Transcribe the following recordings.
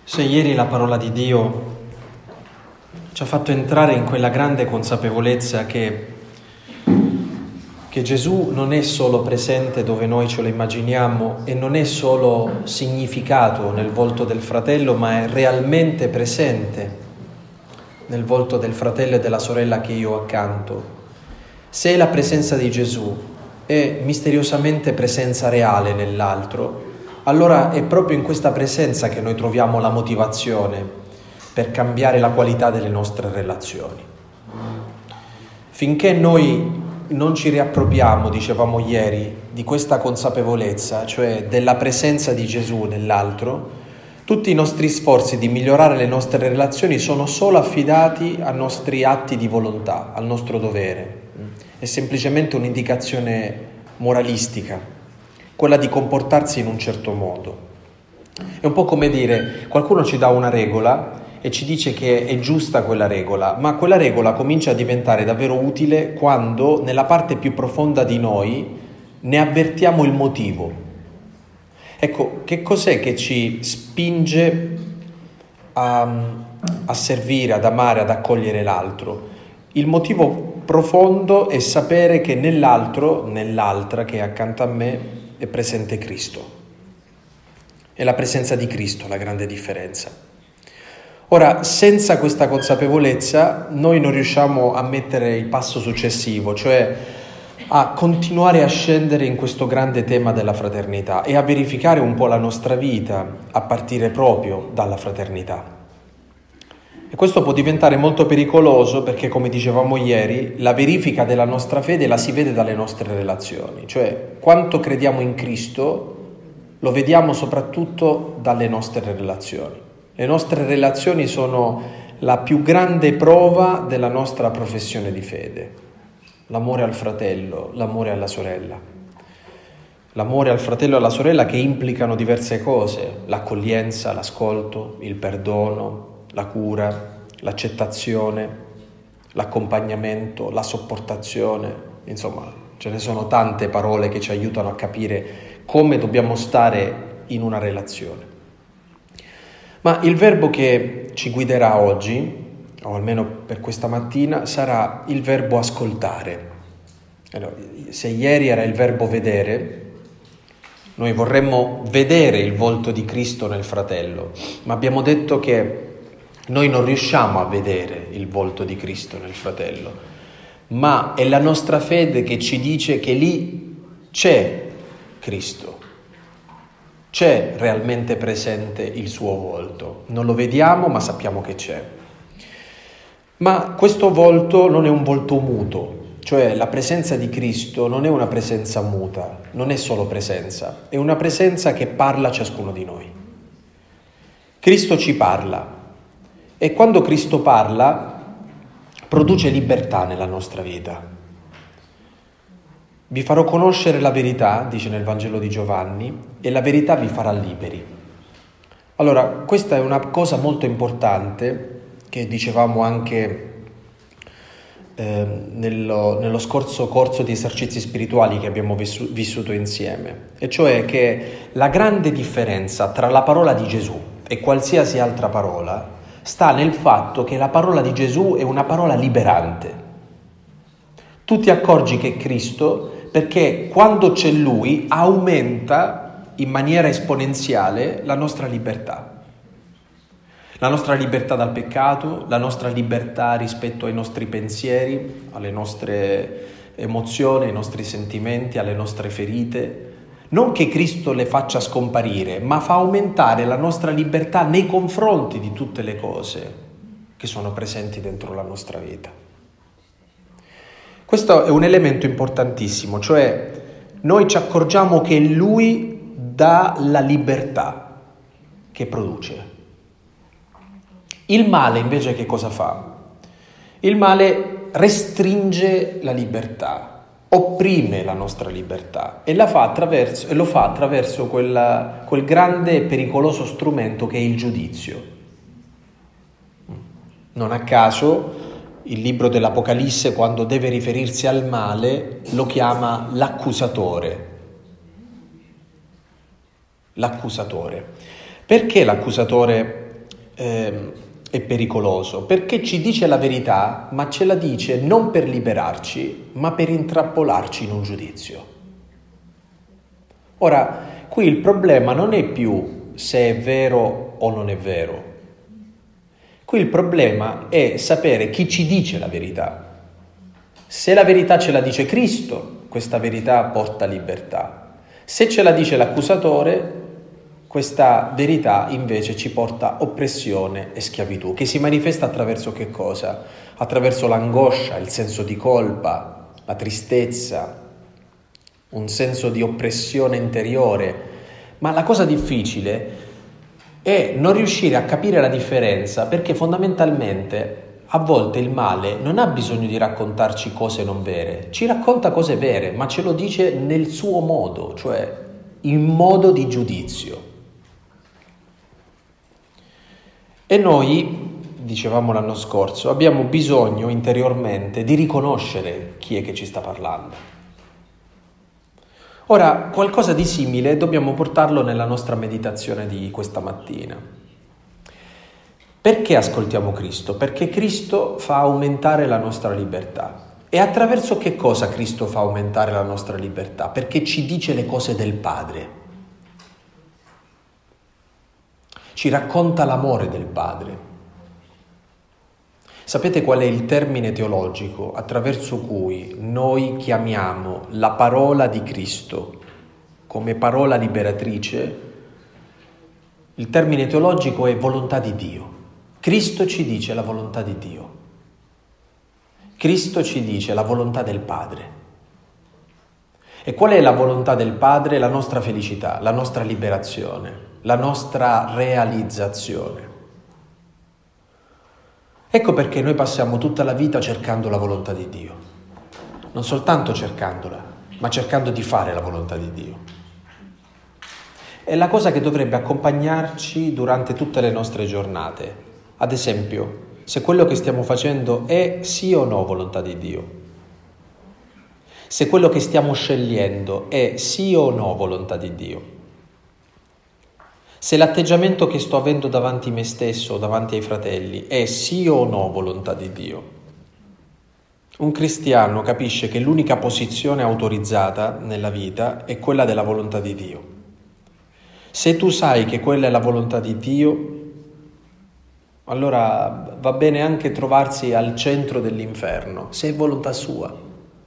Se ieri la parola di Dio ci ha fatto entrare in quella grande consapevolezza che Gesù non è solo presente dove noi ce lo immaginiamo e non è solo significato nel volto del fratello, ma è realmente presente nel volto del fratello e della sorella che io ho accanto. Se la presenza di Gesù è misteriosamente presenza reale nell'altro, allora è proprio in questa presenza che noi troviamo la motivazione per cambiare la qualità delle nostre relazioni. Finché noi non ci riappropriamo, dicevamo ieri, di questa consapevolezza, cioè della presenza di Gesù nell'altro, tutti i nostri sforzi di migliorare le nostre relazioni sono solo affidati ai nostri atti di volontà, al nostro dovere. È semplicemente un'indicazione moralistica, quella di comportarsi in un certo modo. È un po' come dire, qualcuno ci dà una regola e ci dice che è giusta quella regola, ma quella regola comincia a diventare davvero utile quando nella parte più profonda di noi ne avvertiamo il motivo. Ecco, che cos'è che ci spinge a servire, ad amare, ad accogliere l'altro? Il motivo profondo è sapere che nell'altro, nell'altra che è accanto a me, è presente Cristo. È la presenza di Cristo la grande differenza. Ora, senza questa consapevolezza, noi non riusciamo a mettere il passo successivo, cioè a continuare a scendere in questo grande tema della fraternità e a verificare un po' la nostra vita a partire proprio dalla fraternità. E questo può diventare molto pericoloso perché, come dicevamo ieri, la verifica della nostra fede la si vede dalle nostre relazioni, cioè quanto crediamo in Cristo lo vediamo soprattutto dalle nostre relazioni. Le nostre relazioni sono la più grande prova della nostra professione di fede. L'amore al fratello, l'amore alla sorella. L'amore al fratello e alla sorella che implicano diverse cose, l'accoglienza, l'ascolto, il perdono, la cura, l'accettazione, l'accompagnamento, la sopportazione, insomma, ce ne sono tante parole che ci aiutano a capire come dobbiamo stare in una relazione. Ma il verbo che ci guiderà oggi, o almeno per questa mattina, sarà il verbo ascoltare. Allora, se ieri era il verbo vedere, noi vorremmo vedere il volto di Cristo nel fratello, ma abbiamo detto che noi non riusciamo a vedere il volto di Cristo nel fratello, ma è la nostra fede che ci dice che lì c'è Cristo, c'è realmente presente il suo volto. Non lo vediamo, ma sappiamo che c'è. Ma questo volto non è un volto muto, cioè la presenza di Cristo non è una presenza muta, non è solo presenza, è una presenza che parla a ciascuno di noi. Cristo ci parla. E quando Cristo parla, produce libertà nella nostra vita. Vi farò conoscere la verità, dice nel Vangelo di Giovanni, e la verità vi farà liberi. Allora, questa è una cosa molto importante che dicevamo anche nello scorso corso di esercizi spirituali che abbiamo vissuto insieme, e cioè che la grande differenza tra la parola di Gesù e qualsiasi altra parola sta nel fatto che la parola di Gesù è una parola liberante. Tu ti accorgi che è Cristo perché quando c'è Lui aumenta in maniera esponenziale la nostra libertà. La nostra libertà dal peccato, la nostra libertà rispetto ai nostri pensieri, alle nostre emozioni, ai nostri sentimenti, alle nostre ferite. Non che Cristo le faccia scomparire, ma fa aumentare la nostra libertà nei confronti di tutte le cose che sono presenti dentro la nostra vita. Questo è un elemento importantissimo, cioè noi ci accorgiamo che Lui dà la libertà che produce. Il male invece che cosa fa? Il male restringe la libertà, opprime la nostra libertà e lo fa attraverso quel grande e pericoloso strumento che è il giudizio. Non a caso il libro dell'Apocalisse, quando deve riferirsi al male, lo chiama l'accusatore. L'accusatore. Perché l'accusatore è pericoloso, perché ci dice la verità, ma ce la dice non per liberarci, ma per intrappolarci in un giudizio. Ora, qui il problema non è più se è vero o non è vero. Qui il problema è sapere chi ci dice la verità. Se la verità ce la dice Cristo, questa verità porta libertà. Se ce la dice l'accusatore, questa verità invece ci porta oppressione e schiavitù, che si manifesta attraverso che cosa? Attraverso l'angoscia, il senso di colpa, la tristezza, un senso di oppressione interiore. Ma la cosa difficile è non riuscire a capire la differenza, perché fondamentalmente a volte il male non ha bisogno di raccontarci cose non vere, ci racconta cose vere, ma ce lo dice nel suo modo, cioè in modo di giudizio. E noi, dicevamo l'anno scorso, abbiamo bisogno interiormente di riconoscere chi è che ci sta parlando. Ora, qualcosa di simile dobbiamo portarlo nella nostra meditazione di questa mattina. Perché ascoltiamo Cristo? Perché Cristo fa aumentare la nostra libertà. E attraverso che cosa Cristo fa aumentare la nostra libertà? Perché ci dice le cose del Padre. Ci racconta l'amore del Padre. Sapete qual è il termine teologico attraverso cui noi chiamiamo la parola di Cristo come parola liberatrice? Il termine teologico è volontà di Dio. Cristo ci dice la volontà di Dio. Cristo ci dice la volontà del Padre. E qual è la volontà del Padre? La nostra felicità, la nostra liberazione, la nostra realizzazione. Ecco perché noi passiamo tutta la vita cercando la volontà di Dio. Non soltanto cercandola, ma cercando di fare la volontà di Dio. È la cosa che dovrebbe accompagnarci durante tutte le nostre giornate. Ad esempio, se quello che stiamo facendo è sì o no volontà di Dio. Se quello che stiamo scegliendo è sì o no volontà di Dio. Se l'atteggiamento che sto avendo davanti a me stesso, davanti ai fratelli, è sì o no volontà di Dio. Un cristiano capisce che l'unica posizione autorizzata nella vita è quella della volontà di Dio. Se tu sai che quella è la volontà di Dio, allora va bene anche trovarsi al centro dell'inferno, se è volontà sua.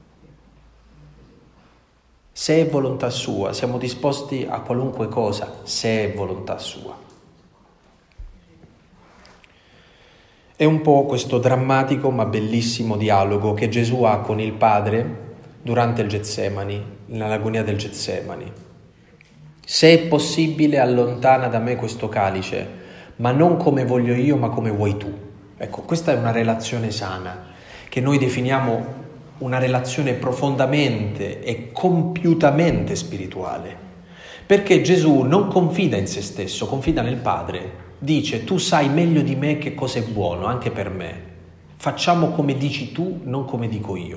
Se è volontà sua, siamo disposti a qualunque cosa, se è volontà sua. È un po' questo drammatico ma bellissimo dialogo che Gesù ha con il Padre durante il Getsemani, nell'agonia del Getsemani. Se è possibile, allontana da me questo calice, ma non come voglio io, ma come vuoi tu. Ecco, questa è una relazione sana, che noi definiamo una relazione profondamente e compiutamente spirituale, perché Gesù non confida in se stesso, confida nel Padre. Dice: tu sai meglio di me che cosa è buono, anche per me. Facciamo come dici tu, non come dico io.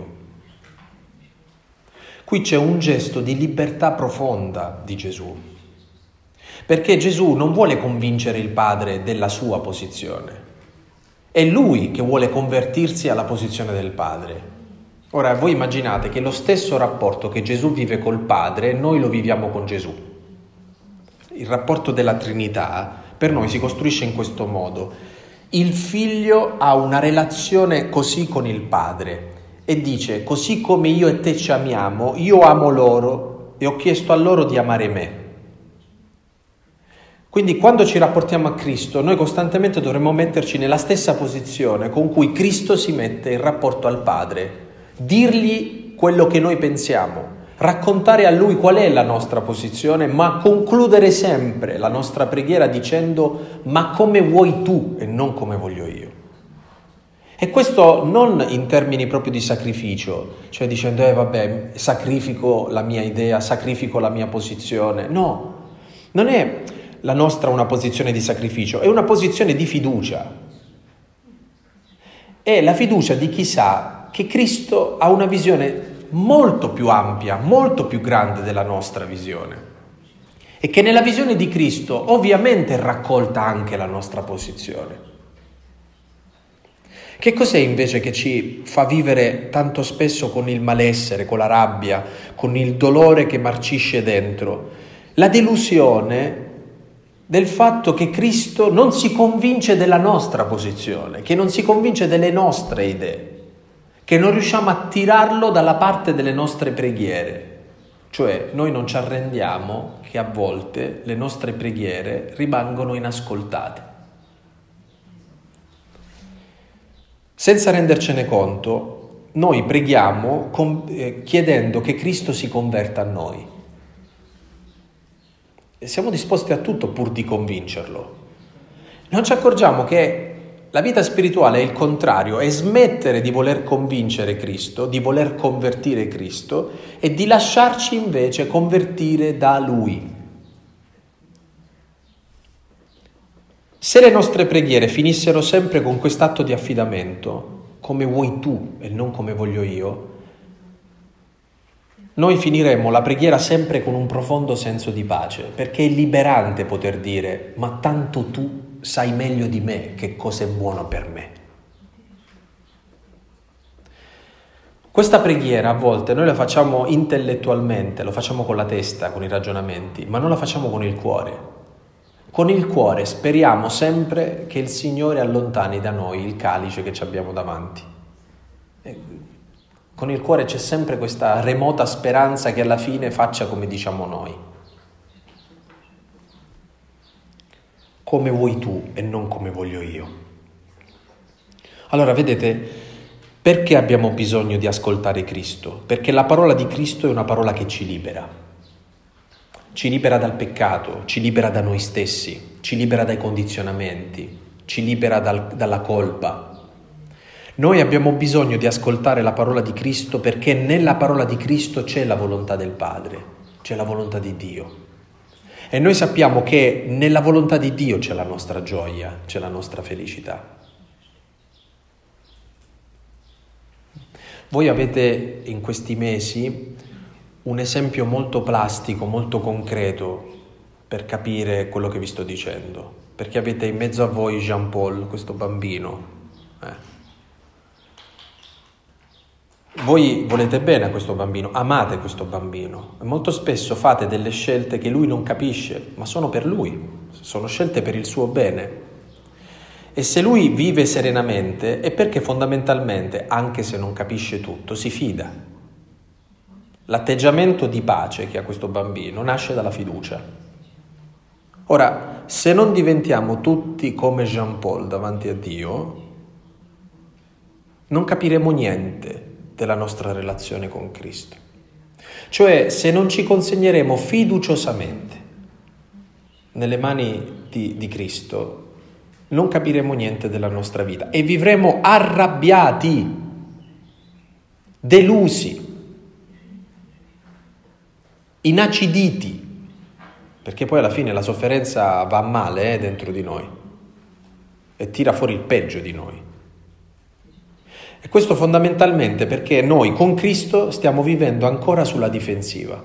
Qui c'è un gesto di libertà profonda di Gesù, perché Gesù non vuole convincere il Padre della sua posizione, è Lui che vuole convertirsi alla posizione del Padre. Ora, voi immaginate che lo stesso rapporto che Gesù vive col Padre, noi lo viviamo con Gesù. Il rapporto della Trinità per noi si costruisce in questo modo. Il Figlio ha una relazione così con il Padre e dice: così come io e te ci amiamo, io amo loro e ho chiesto a loro di amare me. Quindi quando ci rapportiamo a Cristo, noi costantemente dovremmo metterci nella stessa posizione con cui Cristo si mette in rapporto al Padre. Dirgli quello che noi pensiamo, raccontare a Lui qual è la nostra posizione, ma concludere sempre la nostra preghiera dicendo: ma come vuoi tu e non come voglio io. E questo non in termini proprio di sacrificio, cioè dicendo vabbè, sacrifico la mia idea, sacrifico la mia posizione. No, non è la nostra una posizione di sacrificio, è una posizione di fiducia. È la fiducia di chi sa che Cristo ha una visione molto più ampia, molto più grande della nostra visione. e che nella visione di Cristo ovviamente è raccolta anche la nostra posizione. Che cos'è invece che ci fa vivere tanto spesso con il malessere, con la rabbia, con il dolore che marcisce dentro? La delusione del fatto che Cristo non si convince della nostra posizione, che non si convince delle nostre idee, che non riusciamo a tirarlo dalla parte delle nostre preghiere. Cioè noi non ci arrendiamo che a volte le nostre preghiere rimangono inascoltate. Senza rendercene conto, noi preghiamo chiedendo che Cristo si converta a noi. E siamo disposti a tutto pur di convincerlo. Non ci accorgiamo che la vita spirituale è il contrario, è smettere di voler convincere Cristo, di voler convertire Cristo e di lasciarci invece convertire da Lui. Se le nostre preghiere finissero sempre con quest'atto di affidamento, come vuoi tu e non come voglio io, noi finiremmo la preghiera sempre con un profondo senso di pace, perché è liberante poter dire: ma tanto tu sai meglio di me che cosa è buono per me. Questa preghiera a volte noi la facciamo intellettualmente, lo facciamo con la testa, con i ragionamenti, ma non la facciamo con il cuore. Con il cuore speriamo sempre che il Signore allontani da noi il calice che ci abbiamo davanti. Con il cuore c'è sempre questa remota speranza che alla fine faccia come diciamo noi. Come vuoi tu e non come voglio io. Allora, vedete, perché abbiamo bisogno di ascoltare Cristo? Perché la parola di Cristo è una parola che ci libera. Ci libera dal peccato, ci libera da noi stessi, ci libera dai condizionamenti, ci libera dalla colpa. Noi abbiamo bisogno di ascoltare la parola di Cristo perché nella parola di Cristo c'è la volontà del Padre, c'è la volontà di Dio. E noi sappiamo che nella volontà di Dio c'è la nostra gioia, c'è la nostra felicità. Voi avete in questi mesi un esempio molto plastico, molto concreto per capire quello che vi sto dicendo, perché avete in mezzo a voi Jean Paul, questo bambino. Voi volete bene a questo bambino, amate questo bambino e molto spesso fate delle scelte che lui non capisce, ma sono per lui, sono scelte per il suo bene. E se lui vive serenamente è perché fondamentalmente, anche se non capisce tutto, si fida. L'atteggiamento di pace che ha questo bambino nasce dalla fiducia. Ora, se non diventiamo tutti come Jean Paul davanti a Dio, non capiremo niente della nostra relazione con Cristo. Cioè, se non ci consegneremo fiduciosamente nelle mani di Cristo, non capiremo niente della nostra vita e vivremo arrabbiati, delusi, inaciditi, perché poi alla fine la sofferenza va a male dentro di noi e tira fuori il peggio di noi. E questo fondamentalmente perché noi con Cristo stiamo vivendo ancora sulla difensiva.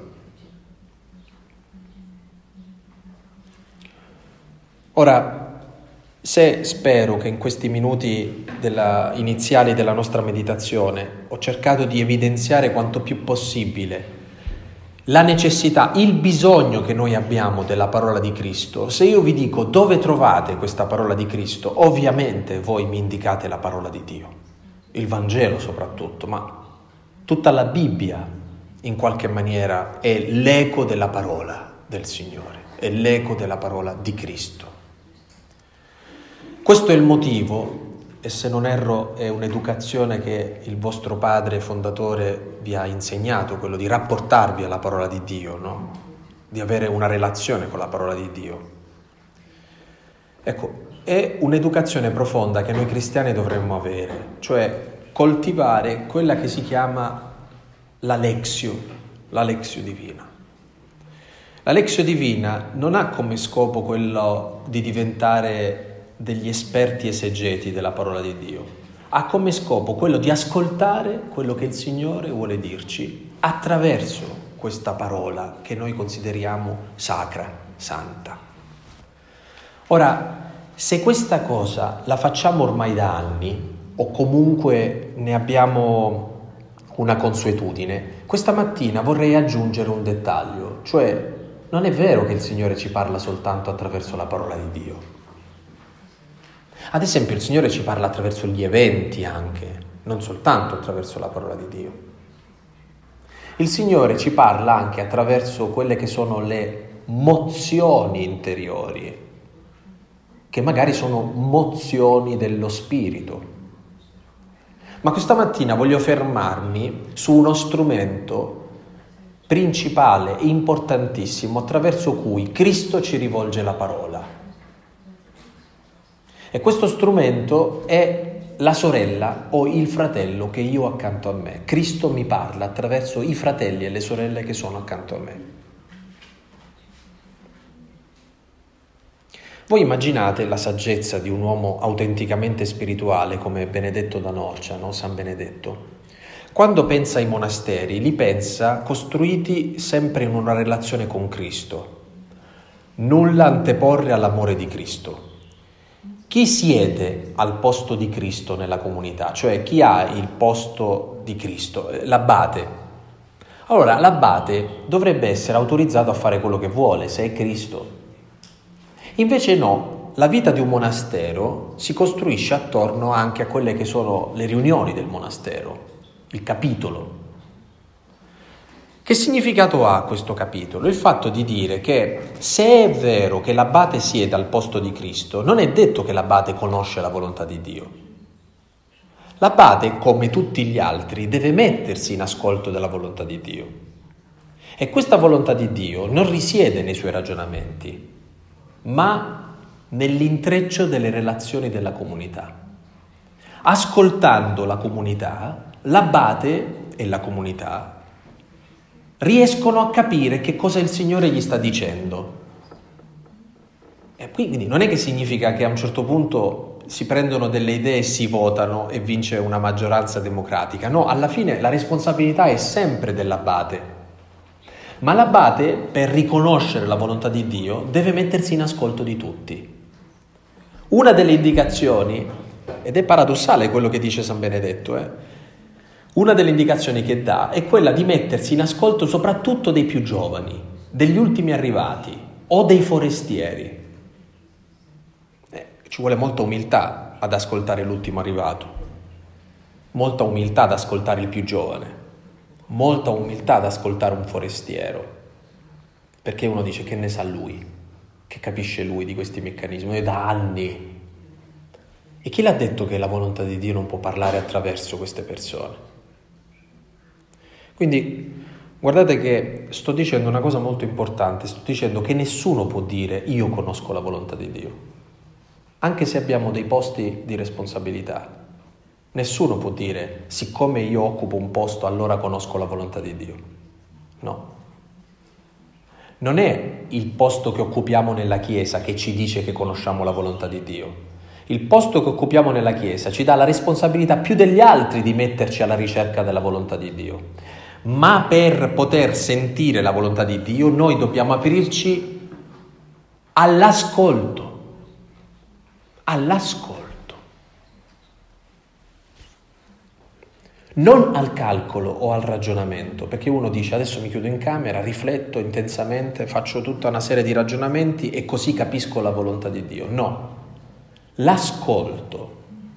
Ora, se spero che in questi minuti iniziali della nostra meditazione ho cercato di evidenziare quanto più possibile la necessità, il bisogno che noi abbiamo della parola di Cristo, se io vi dico dove trovate questa parola di Cristo, ovviamente voi mi indicate la parola di Dio, il Vangelo soprattutto, ma tutta la Bibbia in qualche maniera è l'eco della parola del Signore, è l'eco della parola di Cristo. Questo è il motivo, e se non erro è un'educazione che il vostro padre fondatore vi ha insegnato, quello di rapportarvi alla parola di Dio, no? Di avere una relazione con la parola di Dio. Ecco, è un'educazione profonda che noi cristiani dovremmo avere, cioè coltivare quella che si chiama la Lexio divina. La Lexio divina non ha come scopo quello di diventare degli esperti esegeti della parola di Dio, ha come scopo quello di ascoltare quello che il Signore vuole dirci attraverso questa parola che noi consideriamo sacra. santa. Ora, se questa cosa la facciamo ormai da anni, o comunque ne abbiamo una consuetudine, questa mattina vorrei aggiungere un dettaglio, cioè non è vero che il Signore ci parla soltanto attraverso la parola di Dio. Ad esempio, il Signore ci parla attraverso gli eventi anche, non soltanto attraverso la parola di Dio. Il Signore ci parla anche attraverso quelle che sono le mozioni interiori, che magari sono mozioni dello spirito. Ma questa mattina voglio fermarmi su uno strumento principale e importantissimo attraverso cui Cristo ci rivolge la parola. E questo strumento è la sorella o il fratello che io ho accanto a me. Cristo mi parla attraverso i fratelli e le sorelle che sono accanto a me. Voi immaginate la saggezza di un uomo autenticamente spirituale come Benedetto da Norcia, no? San Benedetto. Quando pensa ai monasteri, li pensa costruiti sempre in una relazione con Cristo. Nulla anteporre all'amore di Cristo. Chi siede al posto di Cristo nella comunità? Cioè chi ha il posto di Cristo? L'abate. Allora, l'abate dovrebbe essere autorizzato a fare quello che vuole, se è Cristo. Invece no, la vita di un monastero si costruisce attorno anche a quelle che sono le riunioni del monastero, il capitolo. Che significato ha questo capitolo? Il fatto di dire che se è vero che l'abate siede al posto di Cristo, non è detto che l'abate conosce la volontà di Dio. L'abate, come tutti gli altri, deve mettersi in ascolto della volontà di Dio. E questa volontà di Dio non risiede nei suoi ragionamenti, ma nell'intreccio delle relazioni della comunità. Ascoltando la comunità, l'abate e la comunità riescono a capire che cosa il Signore gli sta dicendo. E quindi non è che significa che a un certo punto si prendono delle idee e si votano e vince una maggioranza democratica. No, alla fine la responsabilità è sempre dell'abate. Ma l'abate, per riconoscere la volontà di Dio, deve mettersi in ascolto di tutti. Una delle indicazioni, ed è paradossale quello che dice San Benedetto, una delle indicazioni che dà è quella di mettersi in ascolto soprattutto dei più giovani, degli ultimi arrivati o dei forestieri. Ci vuole molta umiltà ad ascoltare l'ultimo arrivato, molta umiltà ad ascoltare il più giovane. Molta umiltà ad ascoltare un forestiero, perché uno dice che ne sa lui, che capisce lui di questi meccanismi, da anni. E chi l'ha detto che la volontà di Dio non può parlare attraverso queste persone? Quindi guardate che sto dicendo una cosa molto importante, sto dicendo che nessuno può dire io conosco la volontà di Dio, anche se abbiamo dei posti di responsabilità. Nessuno può dire, siccome io occupo un posto, allora conosco la volontà di Dio. No. Non è il posto che occupiamo nella Chiesa che ci dice che conosciamo la volontà di Dio. Il posto che occupiamo nella Chiesa ci dà la responsabilità più degli altri di metterci alla ricerca della volontà di Dio. Ma per poter sentire la volontà di Dio, noi dobbiamo aprirci all'ascolto. All'ascolto. Non al calcolo o al ragionamento, perché uno dice adesso mi chiudo in camera, rifletto intensamente, faccio tutta una serie di ragionamenti e così capisco la volontà di Dio. No, l'ascolto.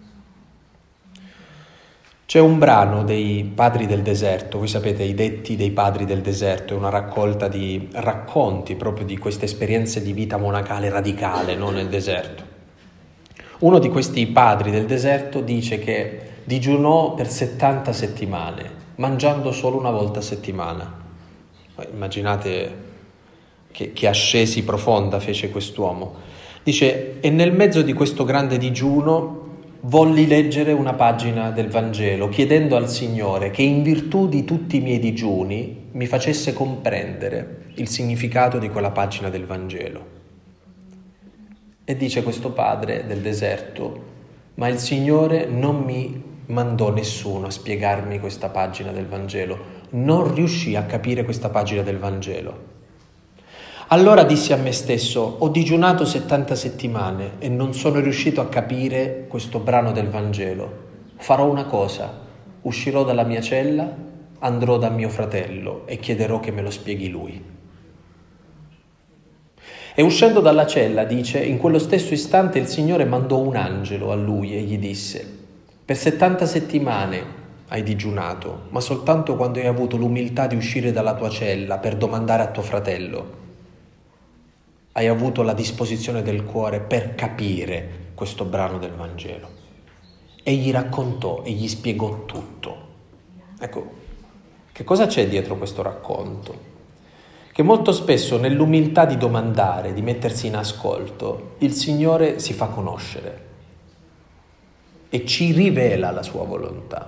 C'è un brano dei Padri del Deserto, voi sapete i detti dei Padri del Deserto, è una raccolta di racconti proprio di queste esperienze di vita monacale radicale, no, nel deserto. Uno di questi Padri del Deserto dice che digiunò per 70 settimane, mangiando solo una volta a settimana. Immaginate che ascesi profonda fece quest'uomo. Dice, e nel mezzo di questo grande digiuno volli leggere una pagina del Vangelo, chiedendo al Signore che in virtù di tutti i miei digiuni mi facesse comprendere il significato di quella pagina del Vangelo. E dice questo padre del deserto, ma il Signore non mi mandò nessuno a spiegarmi questa pagina del Vangelo, non riuscì a capire questa pagina del Vangelo. Allora dissi a me stesso, ho digiunato 70 settimane e non sono riuscito a capire questo brano del Vangelo. Farò una cosa, uscirò dalla mia cella, andrò da mio fratello e chiederò che me lo spieghi lui. E uscendo dalla cella, dice, in quello stesso istante il Signore mandò un angelo a lui e gli disse, per 70 settimane hai digiunato, ma soltanto quando hai avuto l'umiltà di uscire dalla tua cella per domandare a tuo fratello, hai avuto la disposizione del cuore per capire questo brano del Vangelo. E gli raccontò e gli spiegò tutto. Ecco, che cosa c'è dietro questo racconto? Che molto spesso nell'umiltà di domandare, di mettersi in ascolto, il Signore si fa conoscere e ci rivela la sua volontà.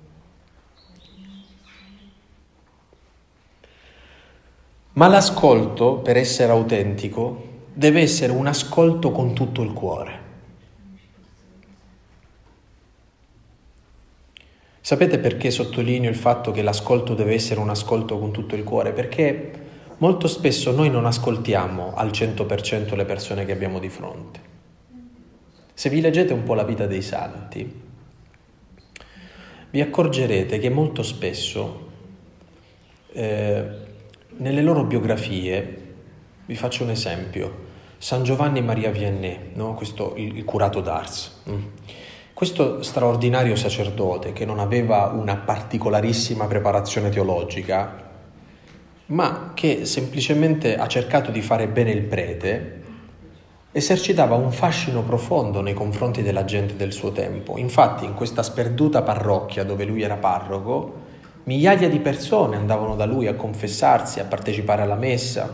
Ma l'ascolto, per essere autentico, deve essere un ascolto con tutto il cuore. Sapete perché sottolineo il fatto che l'ascolto deve essere un ascolto con tutto il cuore? Perché molto spesso noi non ascoltiamo al 100% le persone che abbiamo di fronte. Se vi leggete un po' la vita dei santi, vi accorgerete che molto spesso nelle loro biografie, vi faccio un esempio, San Giovanni Maria Vianney, no? Questo, il curato d'Ars, questo straordinario sacerdote che non aveva una particolarissima preparazione teologica, ma che semplicemente ha cercato di fare bene il prete, esercitava un fascino profondo nei confronti della gente del suo tempo. Infatti in questa sperduta parrocchia dove lui era parroco, migliaia di persone andavano da lui a confessarsi, a partecipare alla messa.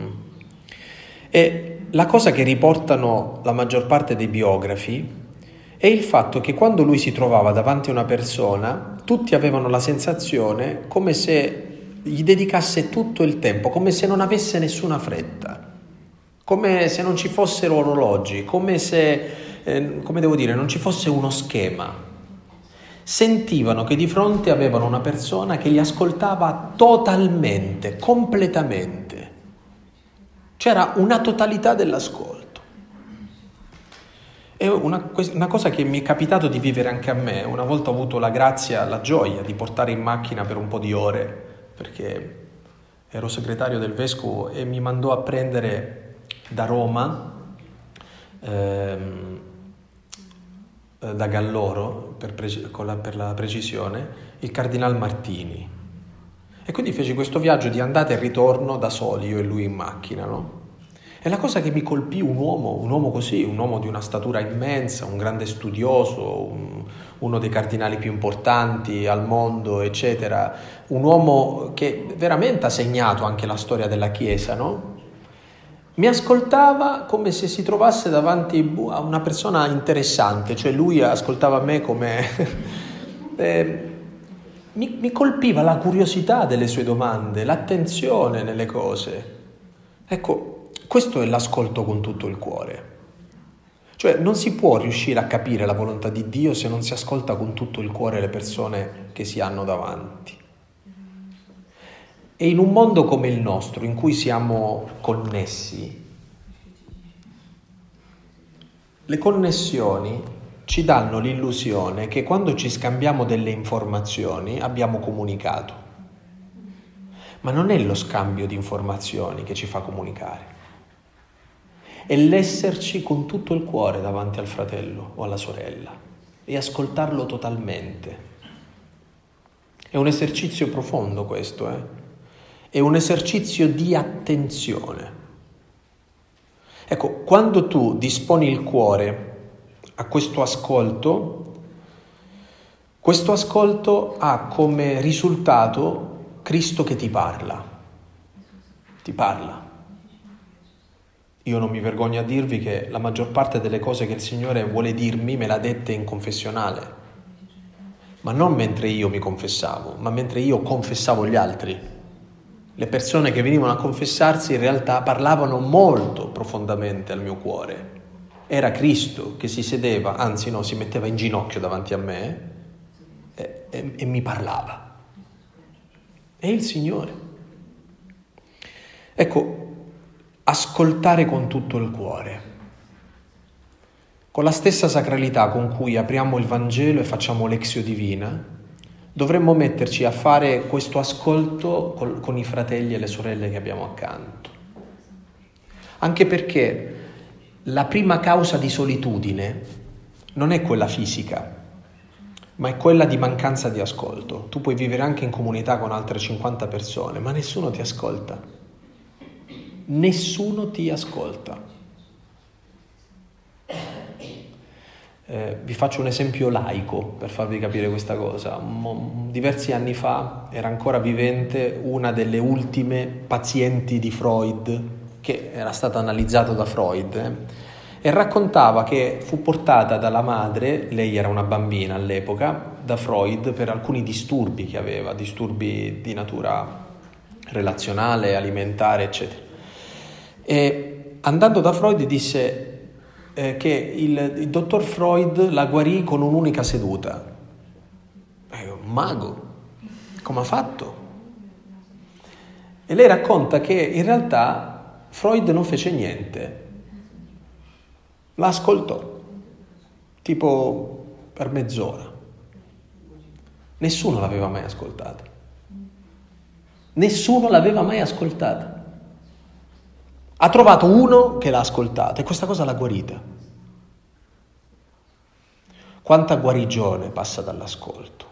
E la cosa che riportano la maggior parte dei biografi è il fatto che quando lui si trovava davanti a una persona, tutti avevano la sensazione come se gli dedicasse tutto il tempo, come se non avesse nessuna fretta, come se non ci fossero orologi, come se, come devo dire, non ci fosse uno schema. Sentivano che di fronte avevano una persona che li ascoltava totalmente, completamente. C'era una totalità dell'ascolto. È una cosa che mi è capitato di vivere anche a me. Una volta ho avuto la grazia, la gioia di portare in macchina per un po' di ore, perché ero segretario del vescovo e mi mandò a prendere da Roma, da Galloro, per la precisione, il Cardinal Martini. E quindi feci questo viaggio di andata e ritorno da soli, io e lui in macchina, no? E la cosa che mi colpì, un uomo così, un uomo di una statura immensa, un grande studioso, uno dei cardinali più importanti al mondo, eccetera, un uomo che veramente ha segnato anche la storia della Chiesa, no? Mi ascoltava come se si trovasse davanti a una persona interessante, cioè lui ascoltava me come... mi colpiva la curiosità delle sue domande, l'attenzione nelle cose. Ecco, questo è l'ascolto con tutto il cuore. Cioè non si può riuscire a capire la volontà di Dio se non si ascolta con tutto il cuore le persone che si hanno davanti. E in un mondo come il nostro, in cui siamo connessi, le connessioni ci danno l'illusione che quando ci scambiamo delle informazioni abbiamo comunicato. Ma non è lo scambio di informazioni che ci fa comunicare. È l'esserci con tutto il cuore davanti al fratello o alla sorella e ascoltarlo totalmente. È un esercizio profondo questo, È un esercizio di attenzione. Ecco, quando tu disponi il cuore a questo ascolto ha come risultato Cristo che ti parla. Ti parla. Io non mi vergogno a dirvi che la maggior parte delle cose che il Signore vuole dirmi me l'ha dette in confessionale. Ma non mentre io mi confessavo, ma mentre io confessavo gli altri. Le persone che venivano a confessarsi in realtà parlavano molto profondamente al mio cuore. Era Cristo che si sedeva, anzi no, si metteva in ginocchio davanti a me e mi parlava. È il Signore. Ecco, ascoltare con tutto il cuore, con la stessa sacralità con cui apriamo il Vangelo e facciamo l'Lexio Divina. Dovremmo metterci a fare questo ascolto con i fratelli e le sorelle che abbiamo accanto. Anche perché la prima causa di solitudine non è quella fisica, ma è quella di mancanza di ascolto. Tu puoi vivere anche in comunità con altre 50 persone, ma nessuno ti ascolta. Nessuno ti ascolta. Vi faccio un esempio laico per farvi capire questa cosa. Diversi anni fa era ancora vivente una delle ultime pazienti di Freud, che era stata analizzata da Freud, e raccontava che fu portata dalla madre, lei era una bambina all'epoca, da Freud per alcuni disturbi che aveva, disturbi di natura relazionale, alimentare, eccetera. E andando da Freud disse che il dottor Freud la guarì con un'unica seduta. È un mago, come ha fatto? E lei racconta che in realtà Freud non fece niente, la ascoltò, tipo per mezz'ora. Nessuno l'aveva mai ascoltata. Nessuno l'aveva mai ascoltata. Ha trovato uno che l'ha ascoltata e questa cosa l'ha guarita. Quanta guarigione passa dall'ascolto.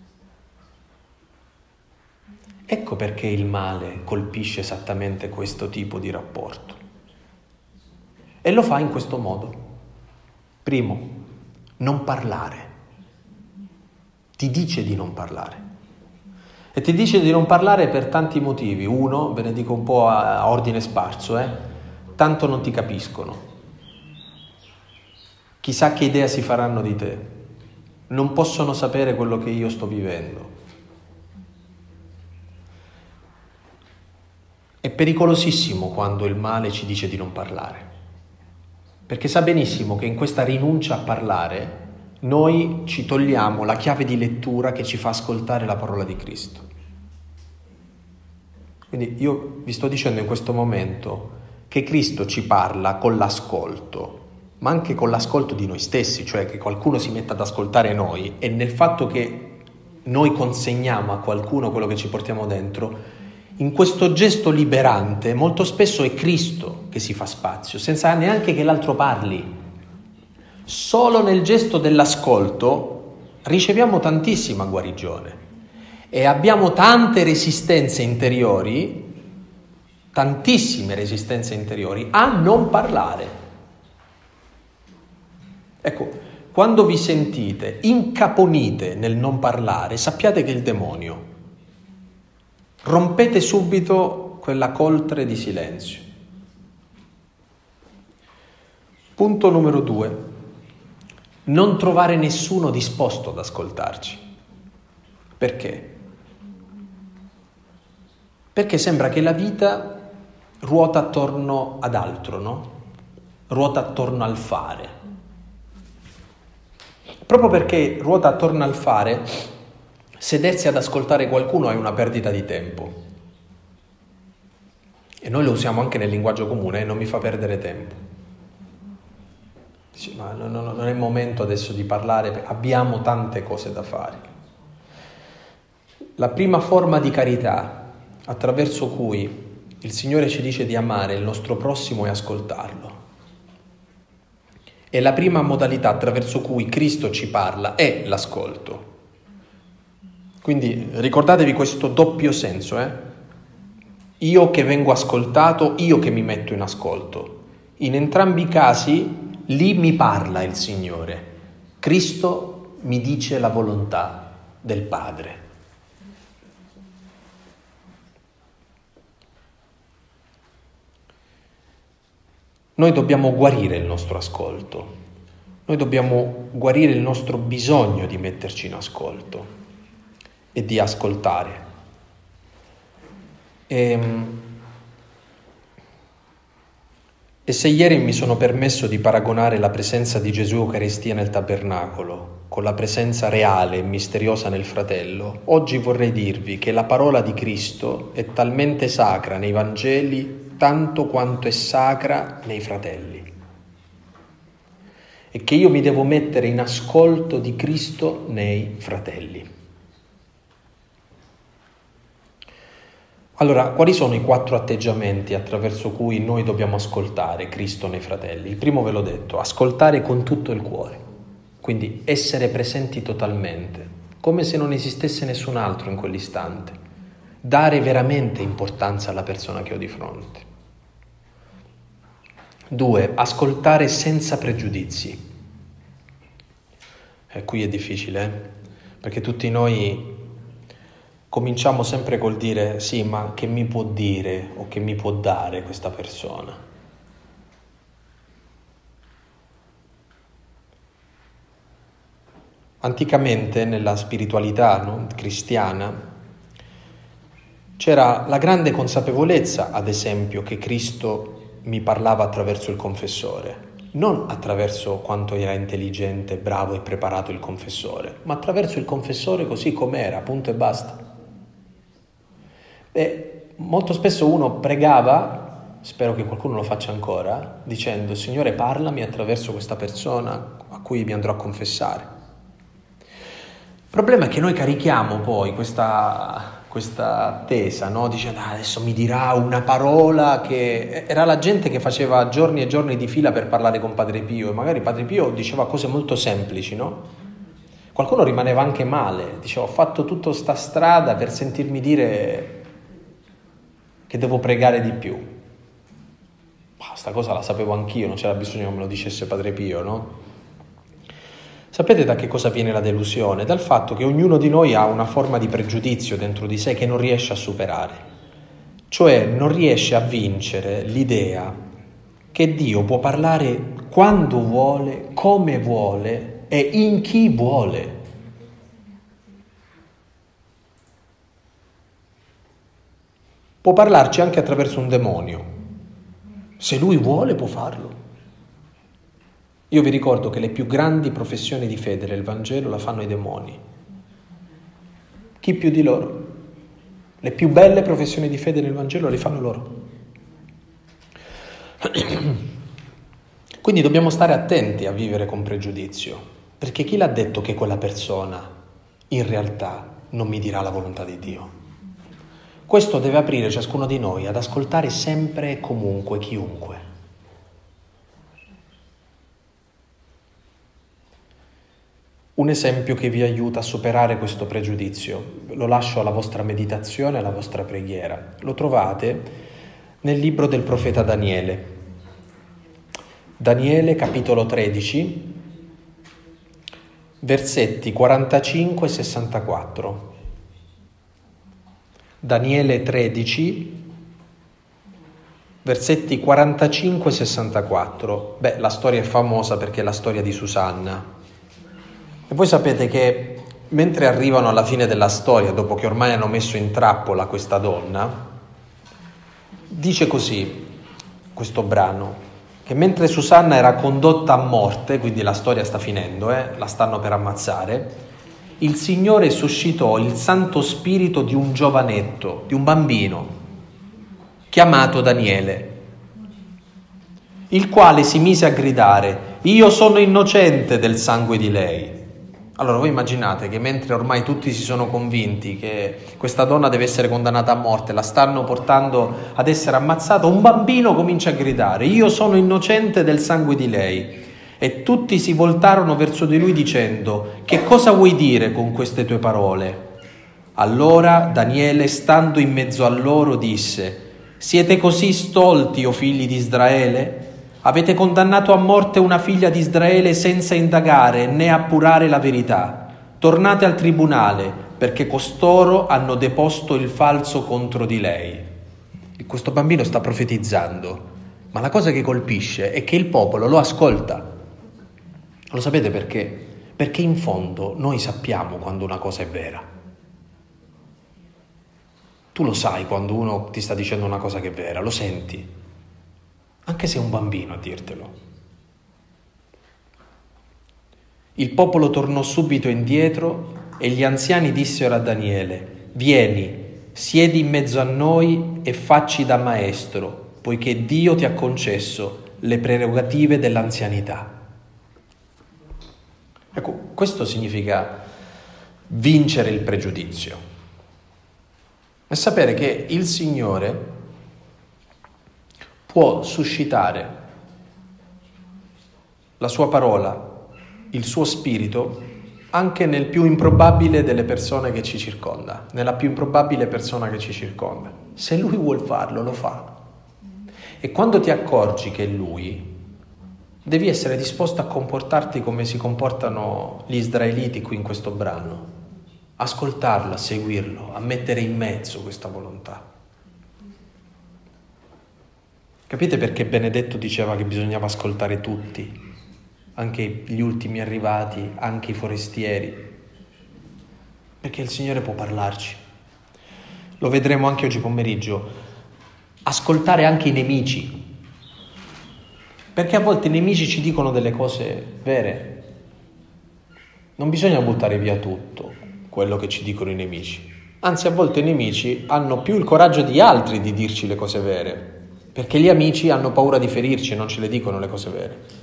Ecco perché il male colpisce esattamente questo tipo di rapporto. E lo fa in questo modo. Primo, non parlare. Ti dice di non parlare. E ti dice di non parlare per tanti motivi. Uno, ve ne dico un po' a ordine sparso, tanto non ti capiscono. Chissà che idea si faranno di te. Non possono sapere quello che io sto vivendo. È pericolosissimo quando il male ci dice di non parlare, perché sa benissimo che in questa rinuncia a parlare noi ci togliamo la chiave di lettura che ci fa ascoltare la parola di Cristo. Quindi io vi sto dicendo in questo momento che Cristo ci parla con l'ascolto, ma anche con l'ascolto di noi stessi, cioè che qualcuno si metta ad ascoltare noi, e nel fatto che noi consegniamo a qualcuno quello che ci portiamo dentro, in questo gesto liberante molto spesso è Cristo che si fa spazio, senza neanche che l'altro parli. Solo nel gesto dell'ascolto riceviamo tantissima guarigione e abbiamo tante resistenze interiori, tantissime resistenze interiori a non parlare. Ecco, quando vi sentite incaponite nel non parlare, sappiate che è il demonio. Rompete subito quella coltre di silenzio. Punto numero 2. Non trovare nessuno disposto ad ascoltarci. Perché? Perché sembra che la vita ruota attorno ad altro, no? Ruota attorno al fare. Proprio perché ruota attorno al fare, sedersi ad ascoltare qualcuno è una perdita di tempo. E noi lo usiamo anche nel linguaggio comune, non mi fa perdere tempo. Dici, ma non è il momento adesso di parlare, abbiamo tante cose da fare. La prima forma di carità attraverso cui il Signore ci dice di amare il nostro prossimo è ascoltarlo. E la prima modalità attraverso cui Cristo ci parla è l'ascolto. Quindi ricordatevi questo doppio senso, Io che vengo ascoltato, io che mi metto in ascolto. In entrambi i casi, lì mi parla il Signore. Cristo mi dice la volontà del Padre. Noi dobbiamo guarire il nostro ascolto. Noi dobbiamo guarire il nostro bisogno di metterci in ascolto e di ascoltare. E se ieri mi sono permesso di paragonare la presenza di Gesù Eucaristia nel tabernacolo con la presenza reale e misteriosa nel fratello, oggi vorrei dirvi che la parola di Cristo è talmente sacra nei Vangeli tanto quanto è sacra nei fratelli. E che io mi devo mettere in ascolto di Cristo nei fratelli. Allora, quali sono i 4 atteggiamenti attraverso cui noi dobbiamo ascoltare Cristo nei fratelli? Il primo ve l'ho detto, ascoltare con tutto il cuore, quindi essere presenti totalmente, come se non esistesse nessun altro in quell'istante, dare veramente importanza alla persona che ho di fronte. 2, ascoltare senza pregiudizi. Qui è difficile, perché tutti noi cominciamo sempre col dire sì, ma che mi può dire o che mi può dare questa persona? Anticamente nella spiritualità cristiana c'era la grande consapevolezza, ad esempio, che Cristo mi parlava attraverso il confessore, non attraverso quanto era intelligente, bravo e preparato il confessore, ma attraverso il confessore così com'era, punto e basta. E molto spesso uno pregava, spero che qualcuno lo faccia ancora, dicendo: Signore, parlami attraverso questa persona a cui mi andrò a confessare. Il problema è che noi carichiamo poi questa attesa, no? Dicendo adesso mi dirà una parola, che era la gente che faceva giorni e giorni di fila per parlare con Padre Pio, e magari Padre Pio diceva cose molto semplici, no? Qualcuno rimaneva anche male, diceva: ho fatto tutta sta strada per sentirmi dire che devo pregare di più. Sta cosa la sapevo anch'io, non c'era bisogno che me lo dicesse Padre Pio, no? Sapete da che cosa viene la delusione? Dal fatto che ognuno di noi ha una forma di pregiudizio dentro di sé che non riesce a superare. Cioè non riesce a vincere l'idea che Dio può parlare quando vuole, come vuole e in chi vuole. Può parlarci anche attraverso un demonio. Se lui vuole può farlo. Io vi ricordo che le più grandi professioni di fede del Vangelo la fanno i demoni. Chi più di loro? Le più belle professioni di fede nel Vangelo le fanno loro. Quindi dobbiamo stare attenti a vivere con pregiudizio, perché chi l'ha detto che quella persona in realtà non mi dirà la volontà di Dio? Questo deve aprire ciascuno di noi ad ascoltare sempre e comunque chiunque. Un esempio che vi aiuta a superare questo pregiudizio, lo lascio alla vostra meditazione, alla vostra preghiera. Lo trovate nel libro del profeta Daniele. Daniele capitolo 13, versetti 45 e 64. Daniele 13, versetti 45 e 64. La storia è famosa perché è la storia di Susanna. E voi sapete che mentre arrivano alla fine della storia, dopo che ormai hanno messo in trappola questa donna, dice così questo brano, che mentre Susanna era condotta a morte, quindi la storia sta finendo, la stanno per ammazzare, il Signore suscitò il Santo Spirito di un giovanetto, di un bambino, chiamato Daniele, il quale si mise a gridare: io sono innocente del sangue di lei. Allora voi immaginate che mentre ormai tutti si sono convinti che questa donna deve essere condannata a morte, la stanno portando ad essere ammazzata, un bambino comincia a gridare: io sono innocente del sangue di lei. E tutti si voltarono verso di lui dicendo: che cosa vuoi dire con queste tue parole? Allora Daniele, stando in mezzo a loro, disse: siete così stolti, o figli di Israele? Avete condannato a morte una figlia di Israele senza indagare né appurare la verità. Tornate al tribunale, perché costoro hanno deposto il falso contro di lei. Questo bambino sta profetizzando, ma la cosa che colpisce è che il popolo lo ascolta. Lo sapete perché? Perché in fondo noi sappiamo quando una cosa è vera. Tu lo sai quando uno ti sta dicendo una cosa che è vera, lo senti. Anche se è un bambino a dirtelo. Il popolo tornò subito indietro e gli anziani dissero a Daniele: vieni, siedi in mezzo a noi e facci da maestro, poiché Dio ti ha concesso le prerogative dell'anzianità. Ecco, questo significa vincere il pregiudizio. È sapere che il Signore può suscitare la sua parola, il suo spirito, anche nel più improbabile delle persone che ci circonda, nella più improbabile persona che ci circonda. Se Lui vuol farlo, lo fa. E quando ti accorgi che è Lui, devi essere disposto a comportarti come si comportano gli israeliti qui in questo brano. Ascoltarlo, a seguirlo, a mettere in mezzo questa volontà. Capite perché Benedetto diceva che bisognava ascoltare tutti? Anche gli ultimi arrivati, anche i forestieri, perché il Signore può parlarci. Lo vedremo anche oggi pomeriggio. Ascoltare anche i nemici, perché a volte i nemici ci dicono delle cose vere. Non bisogna buttare via tutto quello che ci dicono i nemici, anzi a volte i nemici hanno più il coraggio di altri di dirci le cose vere, perché gli amici hanno paura di ferirci e non ce le dicono le cose vere.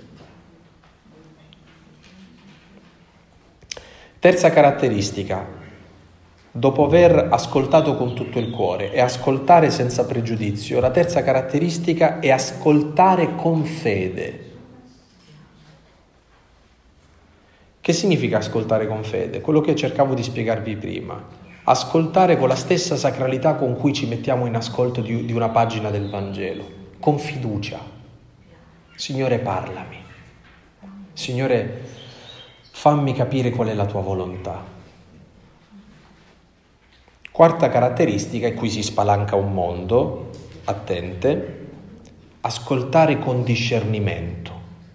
Terza caratteristica, dopo aver ascoltato con tutto il cuore e ascoltare senza pregiudizio, la terza caratteristica è ascoltare con fede. Che significa ascoltare con fede? Quello che cercavo di spiegarvi prima. Ascoltare con la stessa sacralità con cui ci mettiamo in ascolto di una pagina del Vangelo, con fiducia. Signore, parlami. Signore, fammi capire qual è la tua volontà. Quarta caratteristica, e qui si spalanca un mondo, attente, ascoltare con discernimento.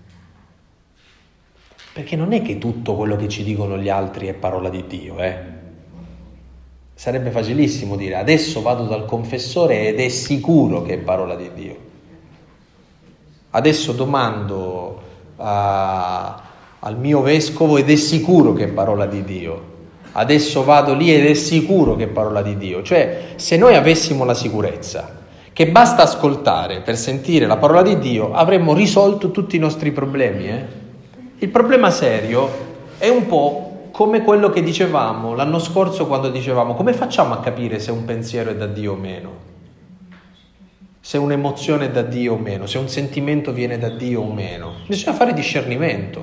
Perché non è che tutto quello che ci dicono gli altri è parola di Dio, Sarebbe facilissimo dire, adesso vado dal confessore ed è sicuro che è parola di Dio. Adesso domando al mio vescovo ed è sicuro che è parola di Dio. Adesso vado lì ed è sicuro che è parola di Dio. Cioè, se noi avessimo la sicurezza che basta ascoltare per sentire la parola di Dio, avremmo risolto tutti i nostri problemi, Il problema serio è un po' come quello che dicevamo l'anno scorso quando dicevamo come facciamo a capire se un pensiero è da Dio o meno? Se un'emozione è da Dio o meno? Se un sentimento viene da Dio o meno? Bisogna fare discernimento.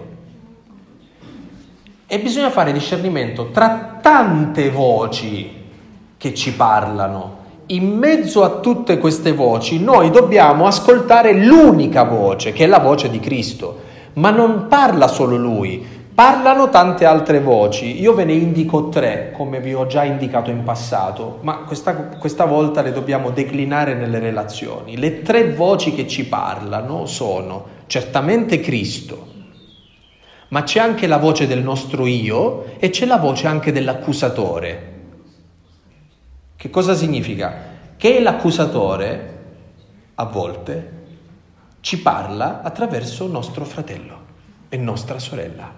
E bisogna fare discernimento tra tante voci che ci parlano. In mezzo a tutte queste voci noi dobbiamo ascoltare l'unica voce, che è la voce di Cristo. Ma non parla solo Lui, parlano tante altre voci. Io ve ne indico 3, come vi ho già indicato in passato, ma questa volta le dobbiamo declinare nelle relazioni. Le 3 voci che ci parlano sono certamente Cristo, ma c'è anche la voce del nostro io e c'è la voce anche dell'accusatore. Che cosa significa? Che l'accusatore, a volte, ci parla attraverso nostro fratello e nostra sorella.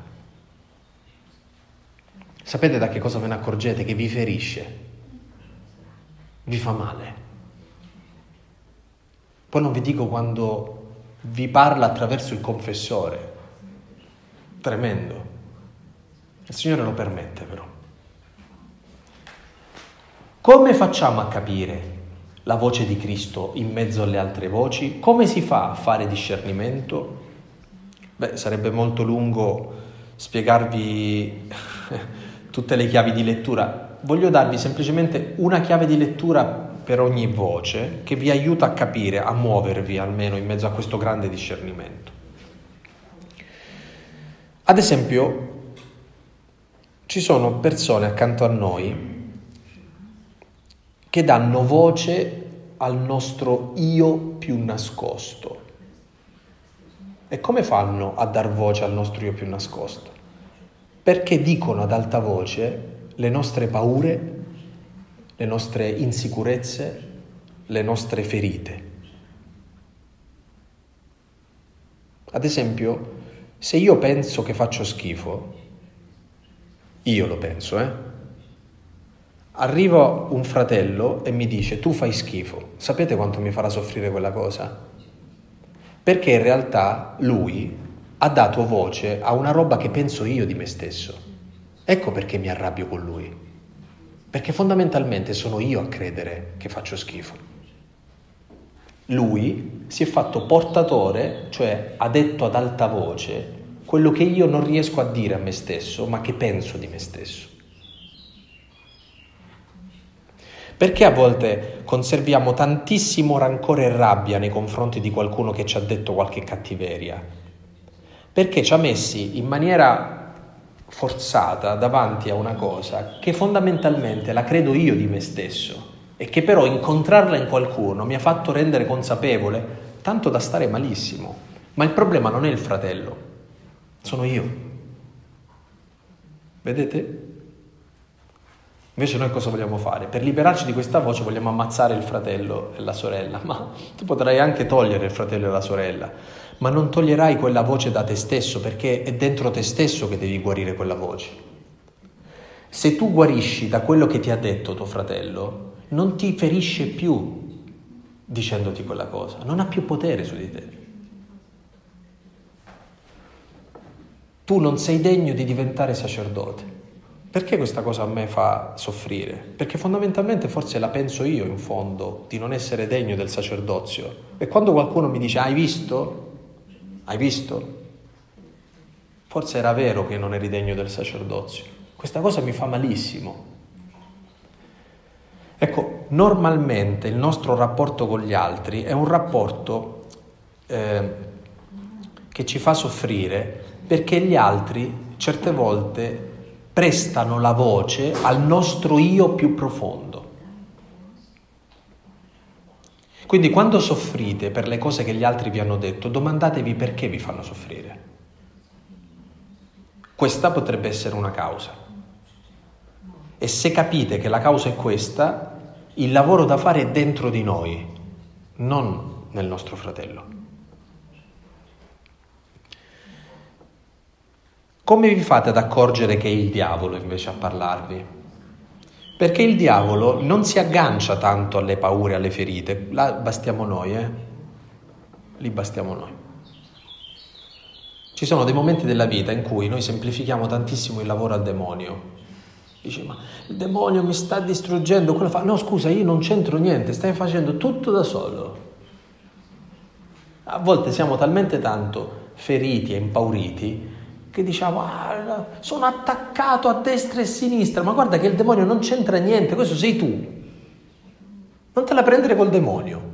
Sapete da che cosa ve ne accorgete? Che vi ferisce, vi fa male. Poi non vi dico quando vi parla attraverso il confessore. Tremendo. Il Signore lo permette però. Come facciamo a capire la voce di Cristo in mezzo alle altre voci? Come si fa a fare discernimento? Sarebbe molto lungo spiegarvi tutte le chiavi di lettura. Voglio darvi semplicemente una chiave di lettura per ogni voce che vi aiuta a capire, a muovervi almeno in mezzo a questo grande discernimento. Ad esempio, ci sono persone accanto a noi che danno voce al nostro io più nascosto. E come fanno a dar voce al nostro io più nascosto? Perché dicono ad alta voce le nostre paure, le nostre insicurezze, le nostre ferite. Ad esempio, se io penso che faccio schifo, io lo penso, Arriva un fratello e mi dice: tu fai schifo. Sapete quanto mi farà soffrire quella cosa? Perché in realtà lui ha dato voce a una roba che penso io di me stesso. Ecco perché mi arrabbio con lui. Perché fondamentalmente sono io a credere che faccio schifo. Lui si è fatto portatore, cioè ha detto ad alta voce quello che io non riesco a dire a me stesso, ma che penso di me stesso. Perché a volte conserviamo tantissimo rancore e rabbia nei confronti di qualcuno che ci ha detto qualche cattiveria? Perché ci ha messi in maniera forzata davanti a una cosa che fondamentalmente la credo io di me stesso e che però incontrarla in qualcuno mi ha fatto rendere consapevole, tanto da stare malissimo. Ma il problema non è il fratello, sono io. Vedete? Invece noi cosa vogliamo fare? Per liberarci di questa voce vogliamo ammazzare il fratello e la sorella, ma tu potrai anche togliere il fratello e la sorella, ma non toglierai quella voce da te stesso, perché è dentro te stesso che devi guarire quella voce. Se tu guarisci da quello che ti ha detto tuo fratello, non ti ferisce più dicendoti quella cosa, non ha più potere su di te. Tu non sei degno di diventare sacerdote. Perché questa cosa a me fa soffrire? Perché fondamentalmente forse la penso io in fondo di non essere degno del sacerdozio. E quando qualcuno mi dice: hai visto? Hai visto? Forse era vero che non eri degno del sacerdozio. Questa cosa mi fa malissimo. Ecco, normalmente il nostro rapporto con gli altri è un rapporto che ci fa soffrire perché gli altri certe volte prestano la voce al nostro io più profondo. Quindi quando soffrite per le cose che gli altri vi hanno detto, domandatevi perché vi fanno soffrire. Questa potrebbe essere una causa. E se capite che la causa è questa, il lavoro da fare è dentro di noi, non nel nostro fratello. Come vi fate ad accorgere che è il diavolo invece a parlarvi? Perché il diavolo non si aggancia tanto alle paure, alle ferite. Là bastiamo noi, Lì bastiamo noi. Ci sono dei momenti della vita in cui noi semplifichiamo tantissimo il lavoro al demonio. Dici: ma il demonio mi sta distruggendo. Quello fa: no, scusa, io non c'entro niente, stai facendo tutto da solo. A volte siamo talmente tanto feriti e impauriti che diciamo: sono attaccato a destra e a sinistra, ma guarda che il demonio non c'entra niente, questo sei tu. Non te la prendere col demonio.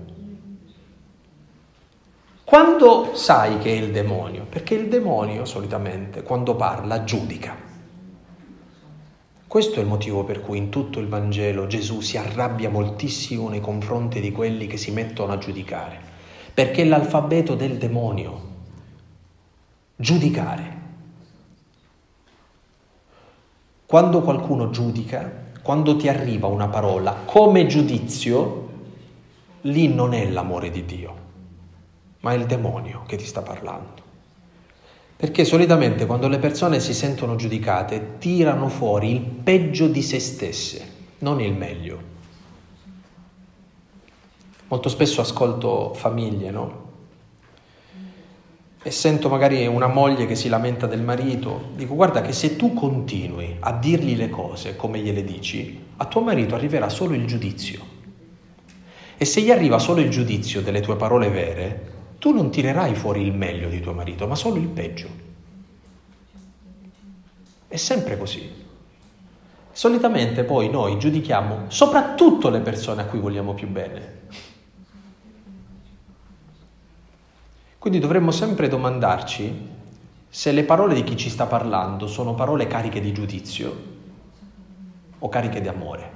Quando sai che è il demonio? Perché il demonio solitamente quando parla giudica. Questo è il motivo per cui in tutto il Vangelo Gesù si arrabbia moltissimo nei confronti di quelli che si mettono a giudicare, perché è l'alfabeto del demonio, giudicare. Quando qualcuno giudica, quando ti arriva una parola come giudizio, lì non è l'amore di Dio, ma è il demonio che ti sta parlando. Perché solitamente quando le persone si sentono giudicate, tirano fuori il peggio di se stesse, non il meglio. Molto spesso ascolto famiglie, no? E sento magari una moglie che si lamenta del marito, dico: guarda che se tu continui a dirgli le cose come gliele dici, a tuo marito arriverà solo il giudizio. E se gli arriva solo il giudizio delle tue parole vere, tu non tirerai fuori il meglio di tuo marito, ma solo il peggio. È sempre così. Solitamente poi noi giudichiamo soprattutto le persone a cui vogliamo più bene. Quindi dovremmo sempre domandarci se le parole di chi ci sta parlando sono parole cariche di giudizio o cariche di amore.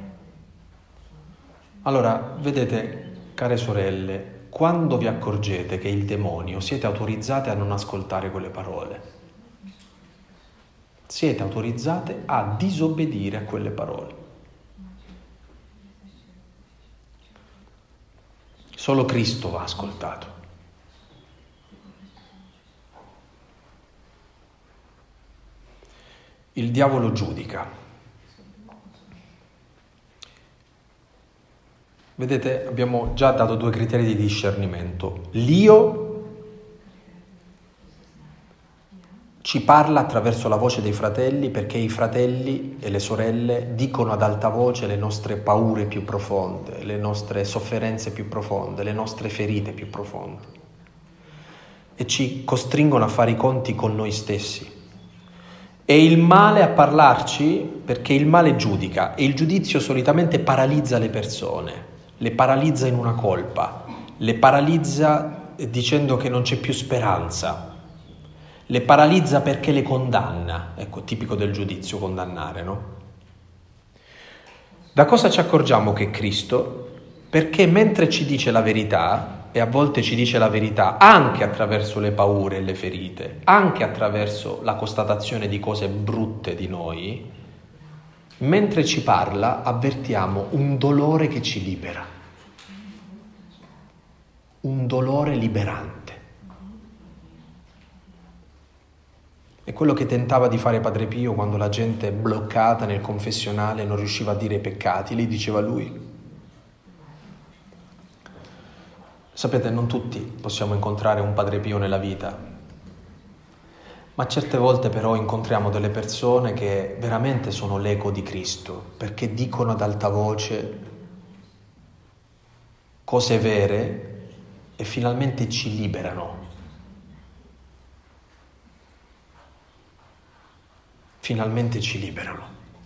Allora, vedete, care sorelle, quando vi accorgete che è il demonio, siete autorizzate a non ascoltare quelle parole. Siete autorizzate a disobbedire a quelle parole. Solo Cristo va ascoltato. Il diavolo giudica. Vedete, abbiamo già dato 2 criteri di discernimento. L'io ci parla attraverso la voce dei fratelli, perché i fratelli e le sorelle dicono ad alta voce le nostre paure più profonde, le nostre sofferenze più profonde, le nostre ferite più profonde, e ci costringono a fare i conti con noi stessi. È il male a parlarci, perché il male giudica, e il giudizio solitamente paralizza le persone, le paralizza in una colpa, le paralizza dicendo che non c'è più speranza, le paralizza perché le condanna. Ecco, tipico del giudizio, condannare, no? Da cosa ci accorgiamo che è Cristo? Perché mentre ci dice la verità, e a volte ci dice la verità anche attraverso le paure e le ferite, anche attraverso la constatazione di cose brutte di noi, mentre ci parla avvertiamo un dolore che ci libera, un dolore liberante. È quello che tentava di fare Padre Pio quando la gente bloccata nel confessionale non riusciva a dire i peccati, lì diceva lui. Sapete, non tutti possiamo incontrare un Padre Pio nella vita, ma certe volte però incontriamo delle persone che veramente sono l'eco di Cristo, perché dicono ad alta voce cose vere e finalmente ci liberano. Finalmente ci liberano.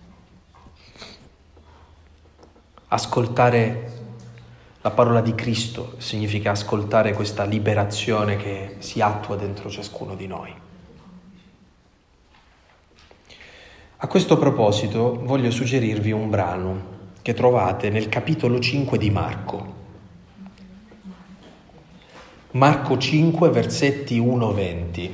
Ascoltare la parola di Cristo significa ascoltare questa liberazione che si attua dentro ciascuno di noi. A questo proposito voglio suggerirvi un brano che trovate nel capitolo 5 di Marco. Marco 5, versetti 1-20.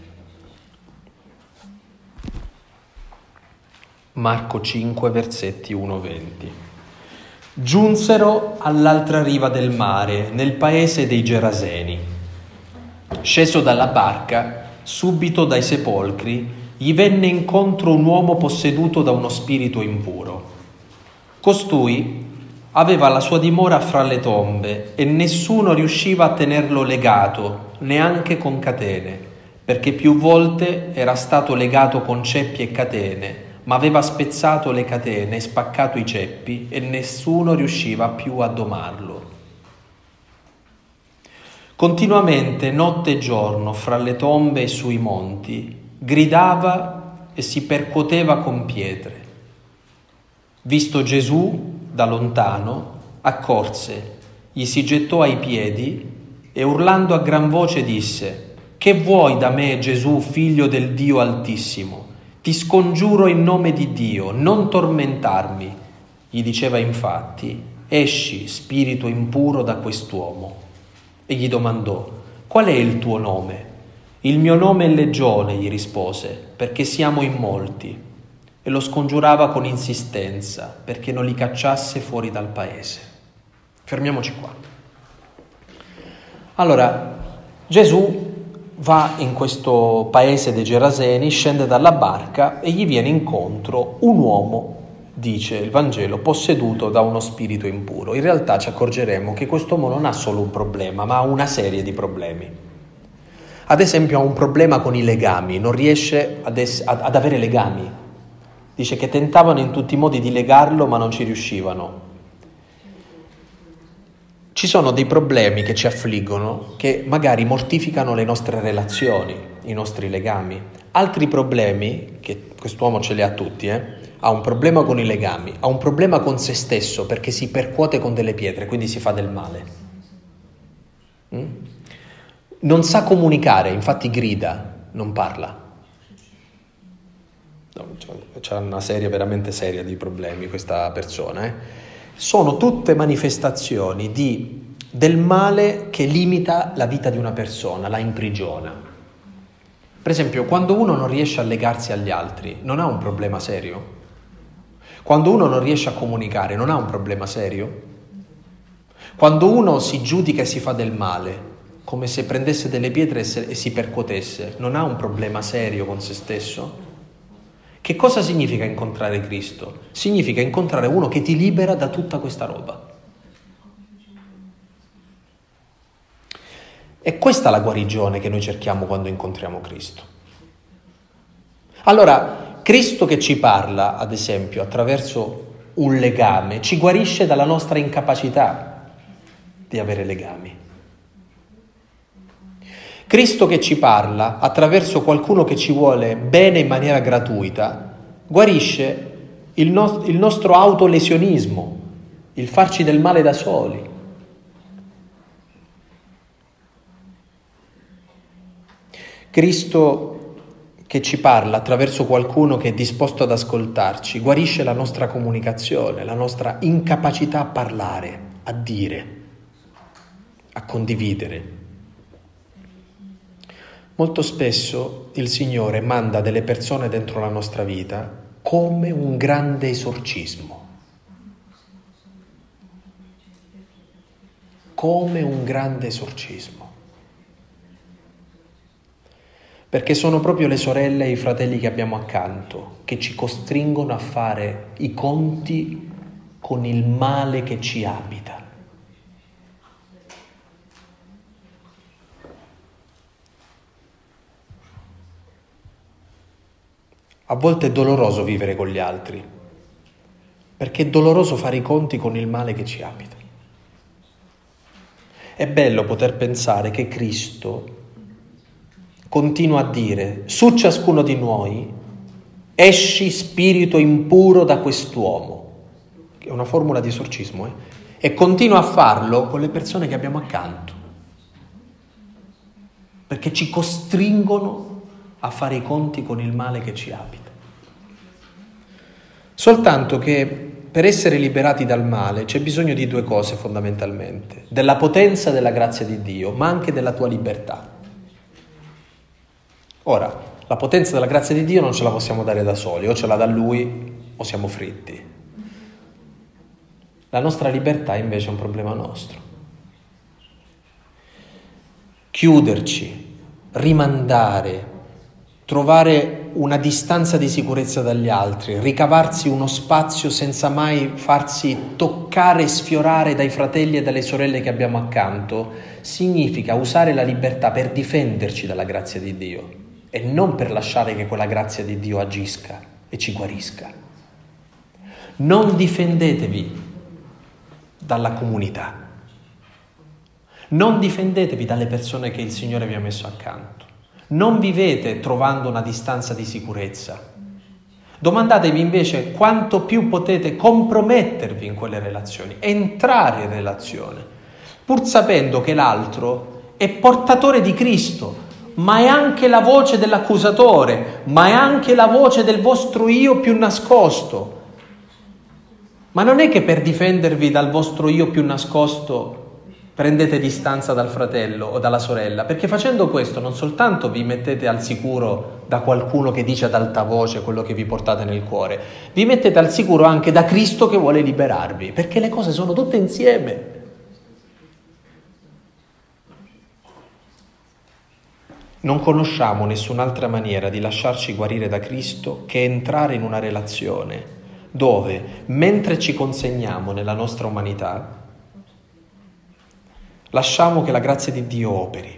Marco 5, versetti 1-20. Giunsero all'altra riva del mare, nel paese dei Geraseni. Sceso dalla barca, subito dai sepolcri, gli venne incontro un uomo posseduto da uno spirito impuro. Costui aveva la sua dimora fra le tombe e nessuno riusciva a tenerlo legato, neanche con catene, perché più volte era stato legato con ceppi e catene, ma aveva spezzato le catene e spaccato i ceppi e nessuno riusciva più a domarlo. Continuamente, notte e giorno, fra le tombe e sui monti, gridava e si percuoteva con pietre. Visto Gesù da lontano, accorse, gli si gettò ai piedi e urlando a gran voce disse: «Che vuoi da me, Gesù, figlio del Dio Altissimo? Ti scongiuro in nome di Dio, non tormentarmi». Gli diceva infatti: «Esci, spirito impuro, da quest'uomo». E gli domandò: «Qual è il tuo nome?» «Il mio nome è Legione», gli rispose, «perché siamo in molti». E lo scongiurava con insistenza perché non li cacciasse fuori dal paese. Fermiamoci qua. Allora, Gesù va in questo paese dei Geraseni, scende dalla barca e gli viene incontro un uomo, dice il Vangelo, posseduto da uno spirito impuro. In realtà ci accorgeremo che quest'uomo non ha solo un problema, ma ha una serie di problemi. Ad esempio ha un problema con i legami, non riesce ad avere legami. Dice che tentavano in tutti i modi di legarlo, ma non ci riuscivano. Ci sono dei problemi che ci affliggono, che magari mortificano le nostre relazioni, i nostri legami. Altri problemi, che quest'uomo ce li ha tutti, ha un problema con i legami, ha un problema con se stesso perché si percuote con delle pietre, quindi si fa del male. Non sa comunicare, infatti grida, non parla. C'è una serie veramente seria di problemi questa persona. Sono tutte manifestazioni del male che limita la vita di una persona, la imprigiona. Per esempio, quando uno non riesce a legarsi agli altri, non ha un problema serio? Quando uno non riesce a comunicare, non ha un problema serio? Quando uno si giudica e si fa del male, come se prendesse delle pietre e si percuotesse, non ha un problema serio con se stesso? Che cosa significa incontrare Cristo? Significa incontrare uno che ti libera da tutta questa roba. È questa la guarigione che noi cerchiamo quando incontriamo Cristo. Allora, Cristo che ci parla, ad esempio, attraverso un legame, ci guarisce dalla nostra incapacità di avere legami. Cristo che ci parla, attraverso qualcuno che ci vuole bene in maniera gratuita, guarisce il nostro autolesionismo, il farci del male da soli. Cristo che ci parla attraverso qualcuno che è disposto ad ascoltarci, guarisce la nostra comunicazione, la nostra incapacità a parlare, a dire, a condividere. Molto spesso il Signore manda delle persone dentro la nostra vita come un grande esorcismo. Come un grande esorcismo. Perché sono proprio le sorelle e i fratelli che abbiamo accanto che ci costringono a fare i conti con il male che ci abita. A volte è doloroso vivere con gli altri, perché è doloroso fare i conti con il male che ci abita. È bello poter pensare che Cristo continua a dire: su ciascuno di noi esci spirito impuro da quest'uomo, che è una formula di esorcismo, e continua a farlo con le persone che abbiamo accanto, perché ci costringono a fare i conti con il male che ci abita. Soltanto che per essere liberati dal male c'è bisogno di due cose fondamentalmente: della potenza della grazia di Dio, ma anche della tua libertà. Ora, la potenza della grazia di Dio non ce la possiamo dare da soli, o ce la dà Lui o siamo fritti. La nostra libertà invece è un problema nostro. Chiuderci, rimandare, trovare una distanza di sicurezza dagli altri, ricavarsi uno spazio senza mai farsi toccare e sfiorare dai fratelli e dalle sorelle che abbiamo accanto, significa usare la libertà per difenderci dalla grazia di Dio e non per lasciare che quella grazia di Dio agisca e ci guarisca. Non difendetevi dalla comunità, non difendetevi dalle persone che il Signore vi ha messo accanto. Non vivete trovando una distanza di sicurezza. Domandatevi invece quanto più potete compromettervi in quelle relazioni, entrare in relazione, pur sapendo che l'altro è portatore di Cristo, ma è anche la voce dell'accusatore, ma è anche la voce del vostro io più nascosto. Ma non è che per difendervi dal vostro io più nascosto prendete distanza dal fratello o dalla sorella, perché facendo questo non soltanto vi mettete al sicuro da qualcuno che dice ad alta voce quello che vi portate nel cuore, vi mettete al sicuro anche da Cristo che vuole liberarvi, perché le cose sono tutte insieme. Non conosciamo nessun'altra maniera di lasciarci guarire da Cristo che entrare in una relazione dove, mentre ci consegniamo nella nostra umanità, lasciamo che la grazia di Dio operi,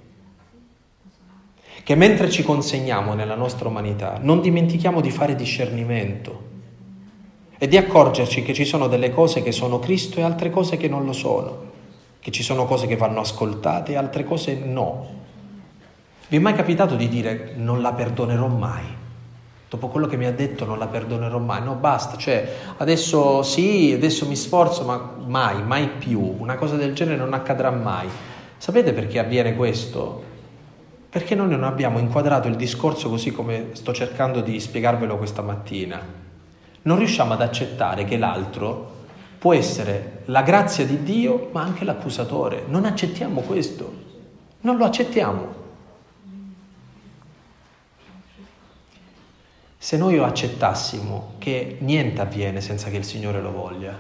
che mentre ci consegniamo nella nostra umanità non dimentichiamo di fare discernimento e di accorgerci che ci sono delle cose che sono Cristo e altre cose che non lo sono, che ci sono cose che vanno ascoltate e altre cose no. Vi è mai capitato di dire non la perdonerò mai? Dopo quello che mi ha detto non la perdonerò mai. No, basta, cioè adesso sì, adesso mi sforzo, ma mai più. Una cosa del genere non accadrà mai. Sapete perché avviene questo? Perché noi non abbiamo inquadrato il discorso così come sto cercando di spiegarvelo questa mattina. Non riusciamo ad accettare che l'altro può essere la grazia di Dio, ma anche l'accusatore. Non accettiamo questo. Non lo accettiamo. Se noi accettassimo che niente avviene senza che il Signore lo voglia.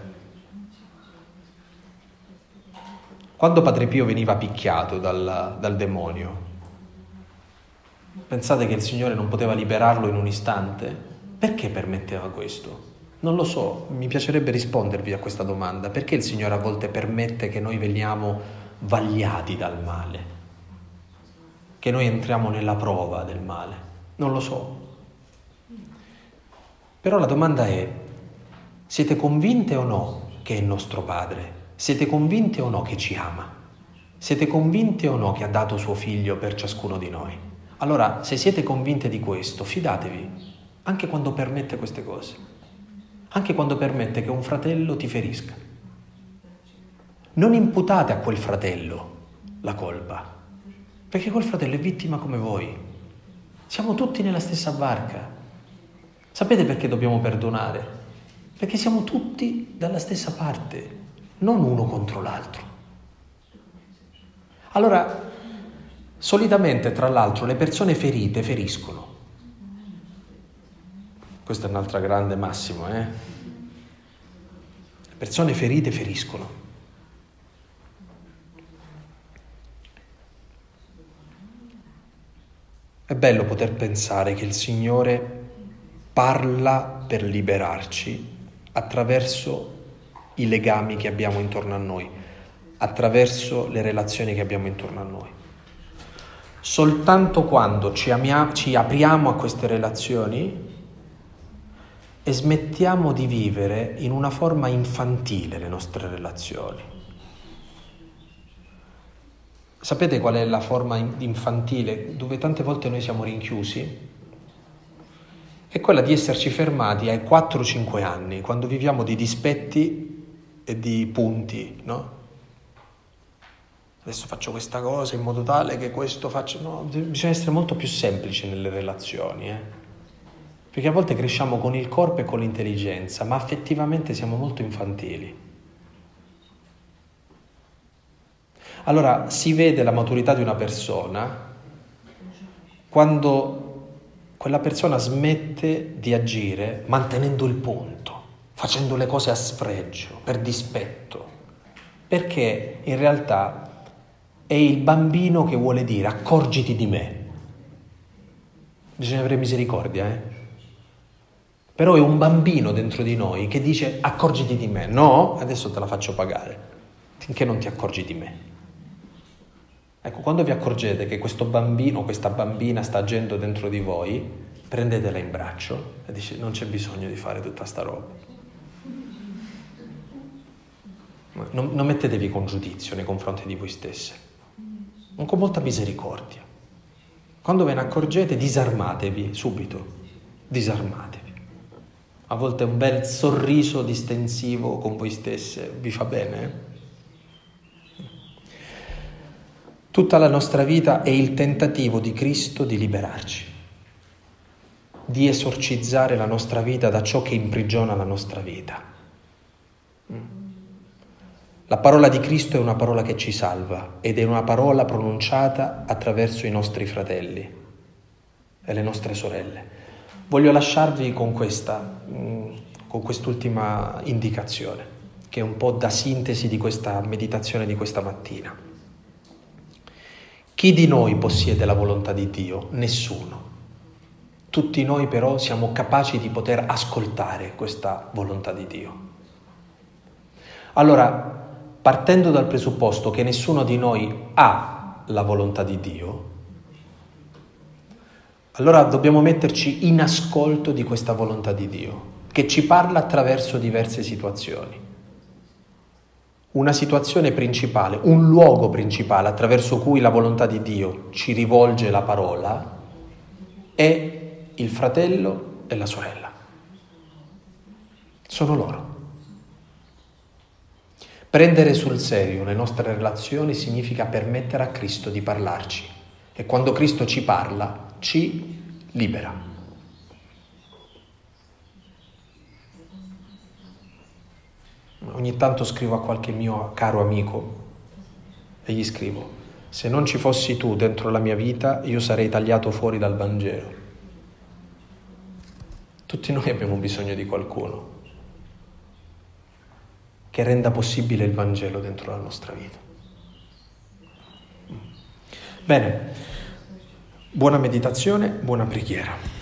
Quando Padre Pio veniva picchiato dal demonio, pensate che il Signore non poteva liberarlo in un istante? Perché permetteva questo? Non lo so, mi piacerebbe rispondervi a questa domanda. Perché il Signore a volte permette che noi veniamo vagliati dal male? che noi entriamo nella prova del male? Non lo so. Però la domanda è: siete convinte o no che è nostro Padre? Siete convinte o no che ci ama? Siete convinte o no che ha dato suo figlio per ciascuno di noi? Allora, se siete convinte di questo, fidatevi, anche quando permette queste cose, anche quando permette che un fratello ti ferisca. Non imputate a quel fratello la colpa, perché quel fratello è vittima come voi. Siamo tutti nella stessa barca. Sapete perché dobbiamo perdonare? Perché siamo tutti dalla stessa parte, non uno contro l'altro. Allora, solitamente, tra l'altro, le persone ferite feriscono. Questa è un'altra grande massima, Le persone ferite feriscono. È bello poter pensare che il Signore parla per liberarci attraverso i legami che abbiamo intorno a noi, attraverso le relazioni che abbiamo intorno a noi. Soltanto quando ci apriamo a queste relazioni e smettiamo di vivere in una forma infantile le nostre relazioni. Sapete qual è la forma infantile dove tante volte noi siamo rinchiusi? È quella di esserci fermati ai 4-5 anni, quando viviamo di dispetti e di punti, no? Adesso faccio questa cosa in modo tale che questo faccia... No, bisogna essere molto più semplici nelle relazioni, Perché a volte cresciamo con il corpo e con l'intelligenza, ma affettivamente siamo molto infantili. Allora, si vede la maturità di una persona quando quella persona smette di agire mantenendo il punto, facendo le cose a sfregio, per dispetto, perché in realtà è il bambino che vuole dire accorgiti di me. Bisogna avere misericordia, Però è un bambino dentro di noi che dice accorgiti di me. No, adesso te la faccio pagare, finché non ti accorgi di me. Ecco, quando vi accorgete che questo bambino, questa bambina sta agendo dentro di voi, prendetela in braccio e dice non c'è bisogno di fare tutta sta roba. Non mettetevi con giudizio nei confronti di voi stesse, ma con molta misericordia. Quando ve ne accorgete, disarmatevi subito, disarmatevi. A volte un bel sorriso distensivo con voi stesse vi fa bene, Tutta la nostra vita è il tentativo di Cristo di liberarci, di esorcizzare la nostra vita da ciò che imprigiona la nostra vita. La parola di Cristo è una parola che ci salva ed è una parola pronunciata attraverso i nostri fratelli e le nostre sorelle. Voglio lasciarvi con quest'ultima indicazione, che è un po' da sintesi di questa meditazione di questa mattina. Chi di noi possiede la volontà di Dio? Nessuno. Tutti noi però siamo capaci di poter ascoltare questa volontà di Dio. Allora, partendo dal presupposto che nessuno di noi ha la volontà di Dio, allora dobbiamo metterci in ascolto di questa volontà di Dio, che ci parla attraverso diverse situazioni. Una situazione principale, un luogo principale attraverso cui la volontà di Dio ci rivolge la parola è il fratello e la sorella. Sono loro. Prendere sul serio le nostre relazioni significa permettere a Cristo di parlarci e quando Cristo ci parla, ci libera. Ogni tanto scrivo a qualche mio caro amico e gli scrivo: se non ci fossi tu dentro la mia vita, io sarei tagliato fuori dal Vangelo. Tutti noi abbiamo bisogno di qualcuno che renda possibile il Vangelo dentro la nostra vita. Bene, buona meditazione, buona preghiera.